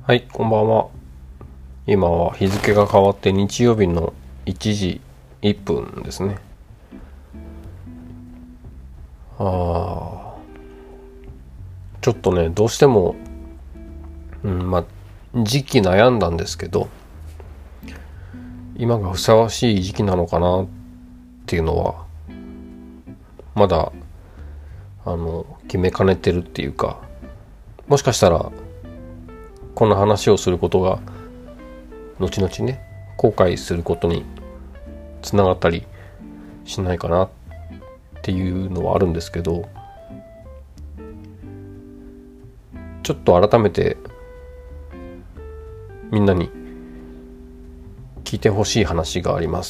はい、こんばんは。今は日付が変わって日曜日の1時1分ですね。ちょっとね、どうしても、時期悩んだんですけど、今がふさわしい時期なのかなっていうのは、まだ、決めかねてるっていうか、もしかしたら、こんな話をすることが、後々ね、後悔することにつながったりしないかなっていうのはあるんですけど、ちょっと改めてみんなに聞いてほしい話があります。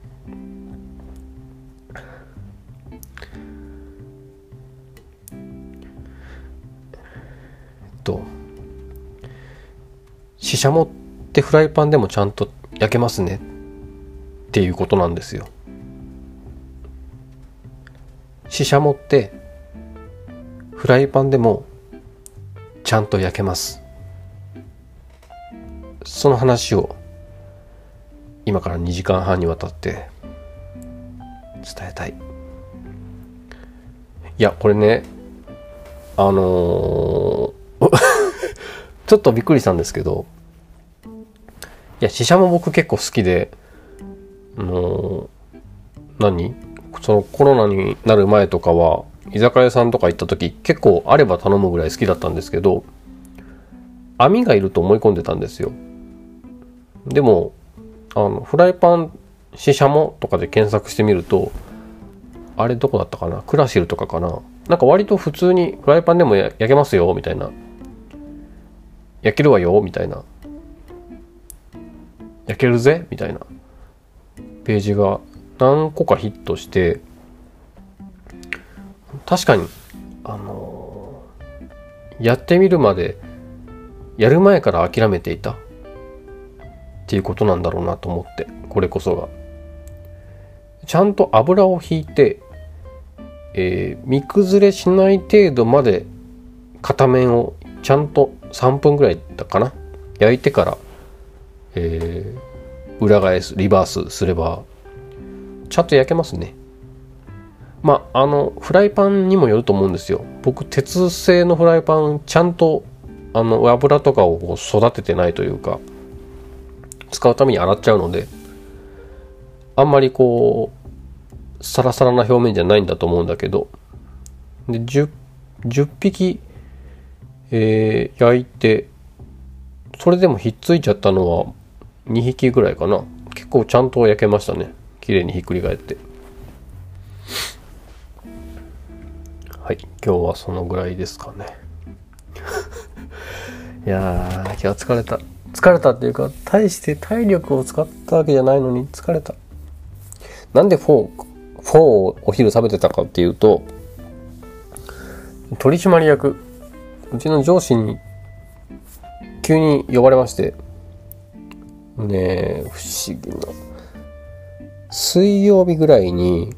ししゃもってフライパンでもちゃんと焼けますねっていうことなんですよ。ししゃもってフライパンでもちゃんと焼けます。その話を今から2時間半にわたって伝えたい。いやこれねちょっとびっくりしたんですけど、いやししゃも僕結構好きで、そのコロナになる前とかは居酒屋さんとか行った時結構あれば頼むぐらい好きだったんですけど、網がいると思い込んでたんですよ。でもフライパンししゃもとかで検索してみると、あれどこだったかな、クラシルとかかな、なんか割と普通にフライパンでも焼けますよみたいな、焼けるわよみたいな、焼けるぜみたいなページが何個かヒットして、確かにやってみるまで、やる前から諦めていたっていうことなんだろうなと思って、これこそがちゃんと油をひいて、身崩れしない程度まで片面をちゃんと3分ぐらいだかな焼いてから、裏返すリバースすればちゃんと焼けますね。フライパンにもよると思うんですよ。僕鉄製のフライパンちゃんと油とかを育ててないというか、使うために洗っちゃうので、あんまりサラサラな表面じゃないんだと思うんだけど、で 10匹、焼いて、それでもひっついちゃったのは2匹ぐらいかな。結構ちゃんと焼けましたね。綺麗にひっくり返って。はい、今日はそのぐらいですかね。いやー、今日は疲れたっていうか、大して体力を使ったわけじゃないのに疲れた。なんでフォーをお昼食べてたかっていうと、取締役、うちの上司に急に呼ばれまして、ねえ、不思議な。水曜日ぐらいに、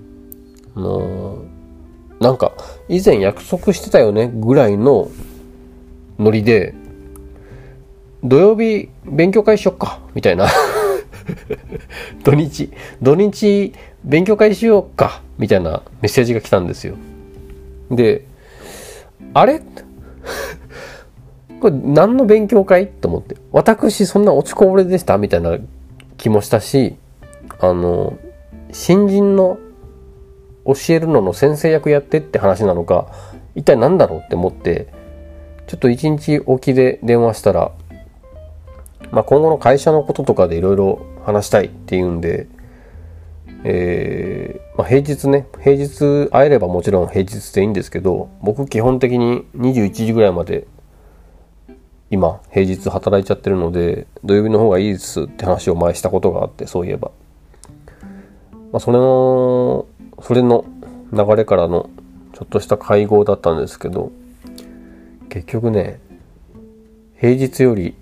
なんか以前約束してたよねぐらいのノリで、土曜日勉強会しよっかみたいな土日勉強会しようかみたいなメッセージが来たんですよ。で、あれこれ何の勉強会と思って、私そんな落ちこぼれでしたみたいな気もしたし、新人の教えるのの先生役やってって話なのか、一体何だろうって思って、ちょっと一日おきで電話したら、今後の会社のこととかでいろいろ話したいっていうんで、平日会えればもちろん平日でいいんですけど、僕基本的に21時ぐらいまで今平日働いちゃってるので、土曜日の方がいいですって話を前したことがあって、そういえば、それの流れからのちょっとした会合だったんですけど、結局ね、平日より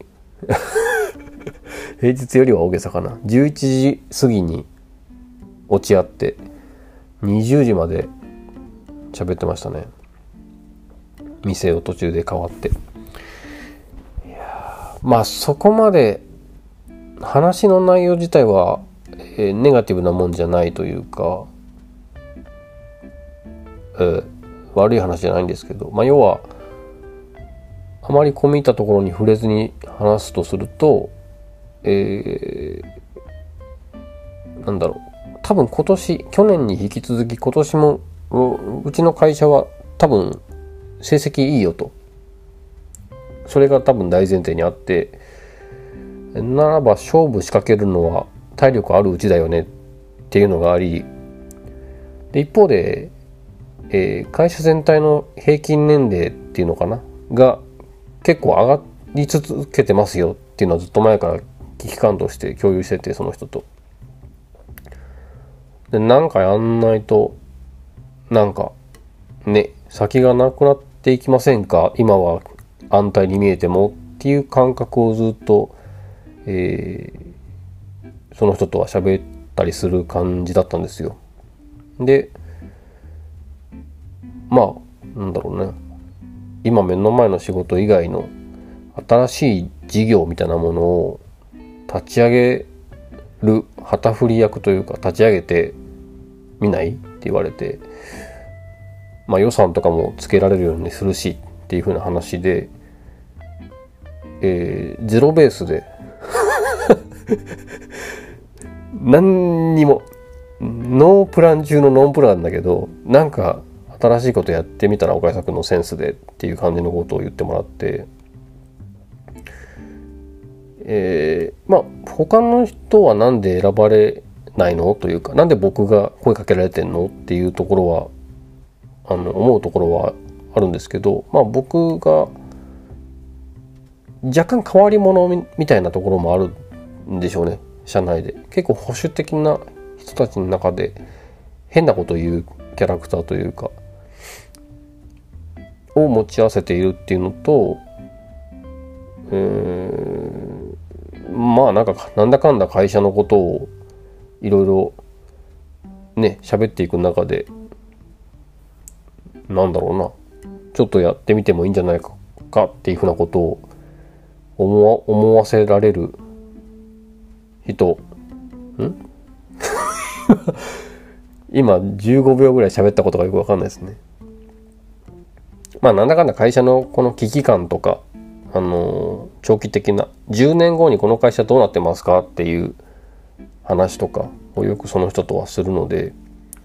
は大げさかな、11時過ぎに落ち合って20時まで喋ってましたね。店を途中で変わって。いやまあそこまで話の内容自体は、ネガティブなもんじゃないというか、悪い話じゃないんですけど、要はあまり込み入ったところに触れずに話すとすると、なんだろう、多分去年に引き続き今年もうちの会社は多分成績いいよと、それが多分大前提にあって、ならば勝負仕掛けるのは体力あるうちだよねっていうのがあり、で一方で、会社全体の平均年齢っていうのかなが結構上がり続けてますよっていうのはずっと前から危機感として共有してて、その人とでなんかやんないとなんかね先がなくなっていきませんか、今は安泰に見えてもっていう感覚をずっと、その人とは喋ったりする感じだったんですよ。でなんだろうね、今目の前の仕事以外の新しい事業みたいなものを立ち上げる旗振り役というか、立ち上げてみないって言われて、予算とかもつけられるようにするしっていう風な話で、ゼロベースで何にもノープラン中のノープランだけど、なんか新しいことやってみたら岡井作のセンスでっていう感じのことを言ってもらって、他の人はなんで選ばれないのというか、なんで僕が声かけられてんのっていうところは思うところはあるんですけど、僕が若干変わり者みたいなところもあるんでしょうね。社内で結構保守的な人たちの中で変なことを言うキャラクターというかを持ち合わせているっていうのと、なんだかんだ会社のことをいろいろね喋っていく中で、なんだろうな、ちょっとやってみてもいいんじゃないかっていうふうなことを思わせられる人今15秒ぐらい喋ったことがよくわかんないですね。なんだかんだ会社のこの危機感とか、長期的な10年後にこの会社どうなってますかっていう話とかをよくその人とはするので、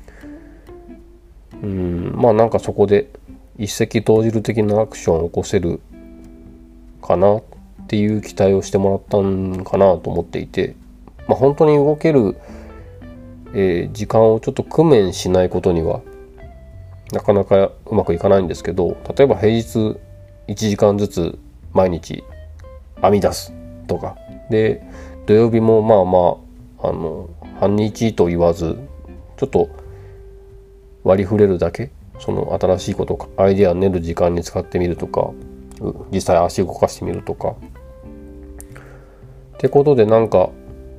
なんかそこで一石投じる的なアクションを起こせるかなっていう期待をしてもらったんかなと思っていて、本当に動ける、時間をちょっと工面しないことにはなかなかうまくいかないんですけど、例えば平日1時間ずつ毎日編み出すとかで、土曜日も半日と言わずちょっと割り振れるだけ、その新しいことアイデア練る時間に使ってみるとか、実際足動かしてみるとかってことで、なんか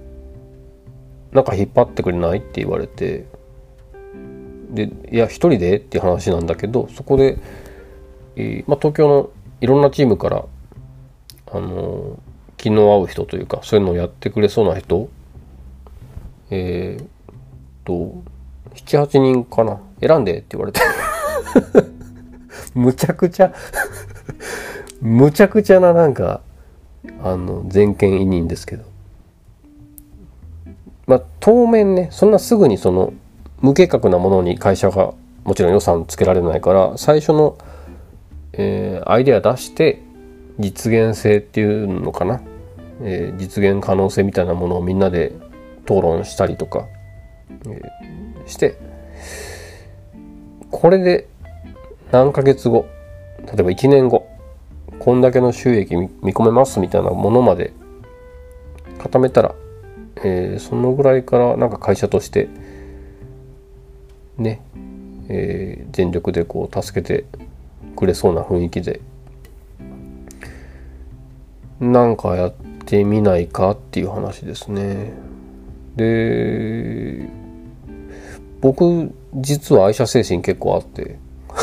引っ張ってくれないって言われて、でいや一人でっていう話なんだけど、そこで、東京のいろんなチームから気の合う人というか、そういうのをやってくれそうな人7、8人かな、選んでって言われてむちゃくちゃななんか全権委任ですけど、当面ね、そんなすぐにその無計画なものに会社がもちろん予算つけられないから、最初の、アイデア出して実現性っていうのかな、実現可能性みたいなものをみんなで討論したりとか、して、これで何ヶ月後、例えば1年後こんだけの収益見込めますみたいなものまで固めたら、そのぐらいからなんか会社としてね、全力でこう助けてくれそうな雰囲気でなんかやってみないかっていう話ですね。で、僕実は愛社精神結構あって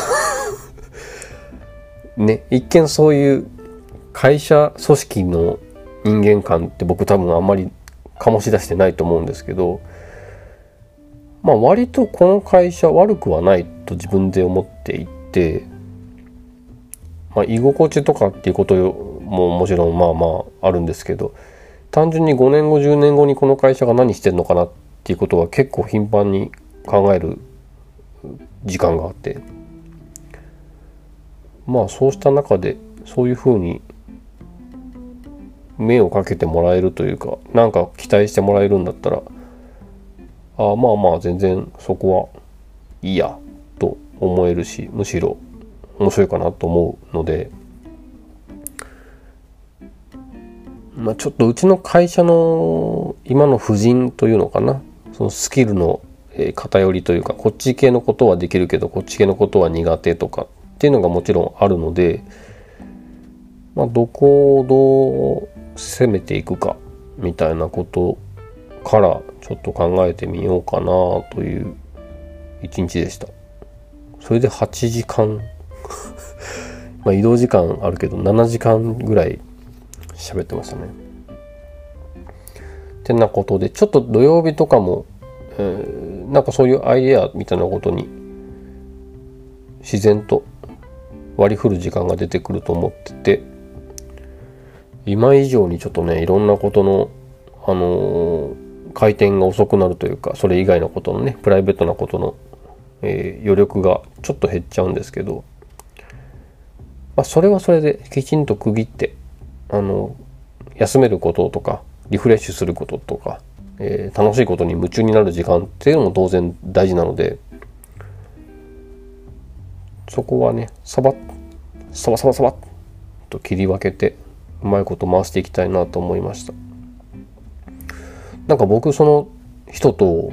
ね、一見そういう会社組織の人間観って僕多分あんまり醸し出してないと思うんですけど、まあ割とこの会社悪くはないと自分で思っていて、まあ居心地とかっていうことももちろんまあまああるんですけど、単純に5年後10年後にこの会社が何してるのかなっていうことは結構頻繁に考える時間があって、まあそうした中でそういうふうに目をかけてもらえるというか、なんか期待してもらえるんだったら、まあまあ全然そこはいいやと思えるし、むしろ面白いかなと思うので、まあちょっとうちの会社の今の布陣というのかな、そのスキルの偏りというか、こっち系のことはできるけどこっち系のことは苦手とかっていうのがもちろんあるので、まあどこをどう攻めていくかみたいなことからちょっと考えてみようかなという一日でした。それで8時間まあ移動時間あるけど7時間ぐらい喋ってましたね。ってなことでちょっと土曜日とかも、なんかそういうアイデアみたいなことに自然と割り振る時間が出てくると思ってて、今以上にちょっとねいろんなことの回転が遅くなるというか、それ以外のことのねプライベートなことの、余力がちょっと減っちゃうんですけど、まあ、それはそれできちんと区切って休めることとかリフレッシュすることとか、楽しいことに夢中になる時間っていうのも当然大事なので、そこはねサバッと切り分けてうまいこと回していきたいなと思いました。なんか僕その人と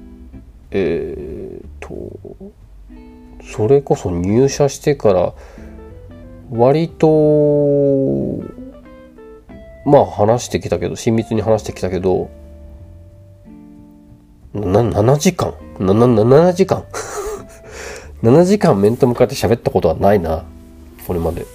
それこそ入社してから割とまあ話してきたけど、親密に話してきたけど、7時間7時間7時間面と向かって喋ったことはないな、これまで。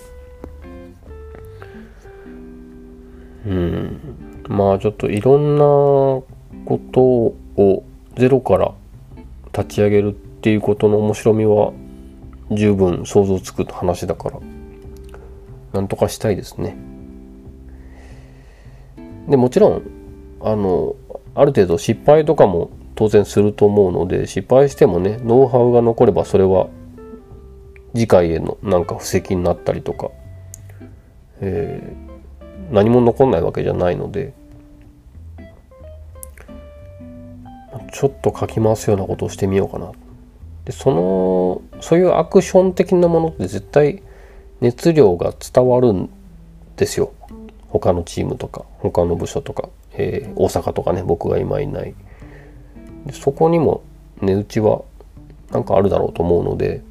まあちょっといろんなことをゼロから立ち上げるっていうことの面白みは十分想像つく話だから、なんとかしたいですね。でもちろんある程度失敗とかも当然すると思うので、失敗してもねノウハウが残ればそれは次回へのなんか布石になったりとか、何も残んないわけじゃないので、ちょっとかき回すようなことをしてみようかな。でそういうアクション的なものって絶対熱量が伝わるんですよ。他のチームとか他の部署とか、大阪とかね、僕が今いないで、そこにも値打ちはなんかあるだろうと思うので、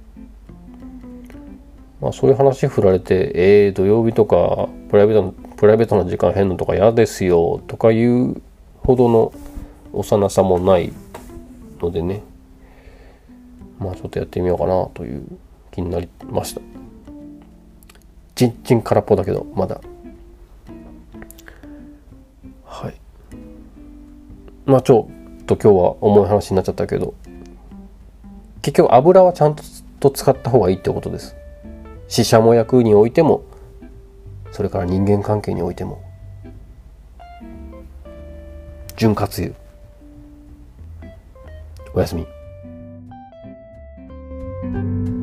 まあそういう話振られて、土曜日とかプライベートな時間変のとか嫌ですよとかいうほどの幼さもないのでね、まあちょっとやってみようかなという気になりました。ちんちん空っぽだけどまだ。はい。まあちょっと今日は重い話になっちゃったけど、結局油はちゃんと使った方がいいってことです。死者も役においても、それから人間関係においても。潤滑油。おやすみ。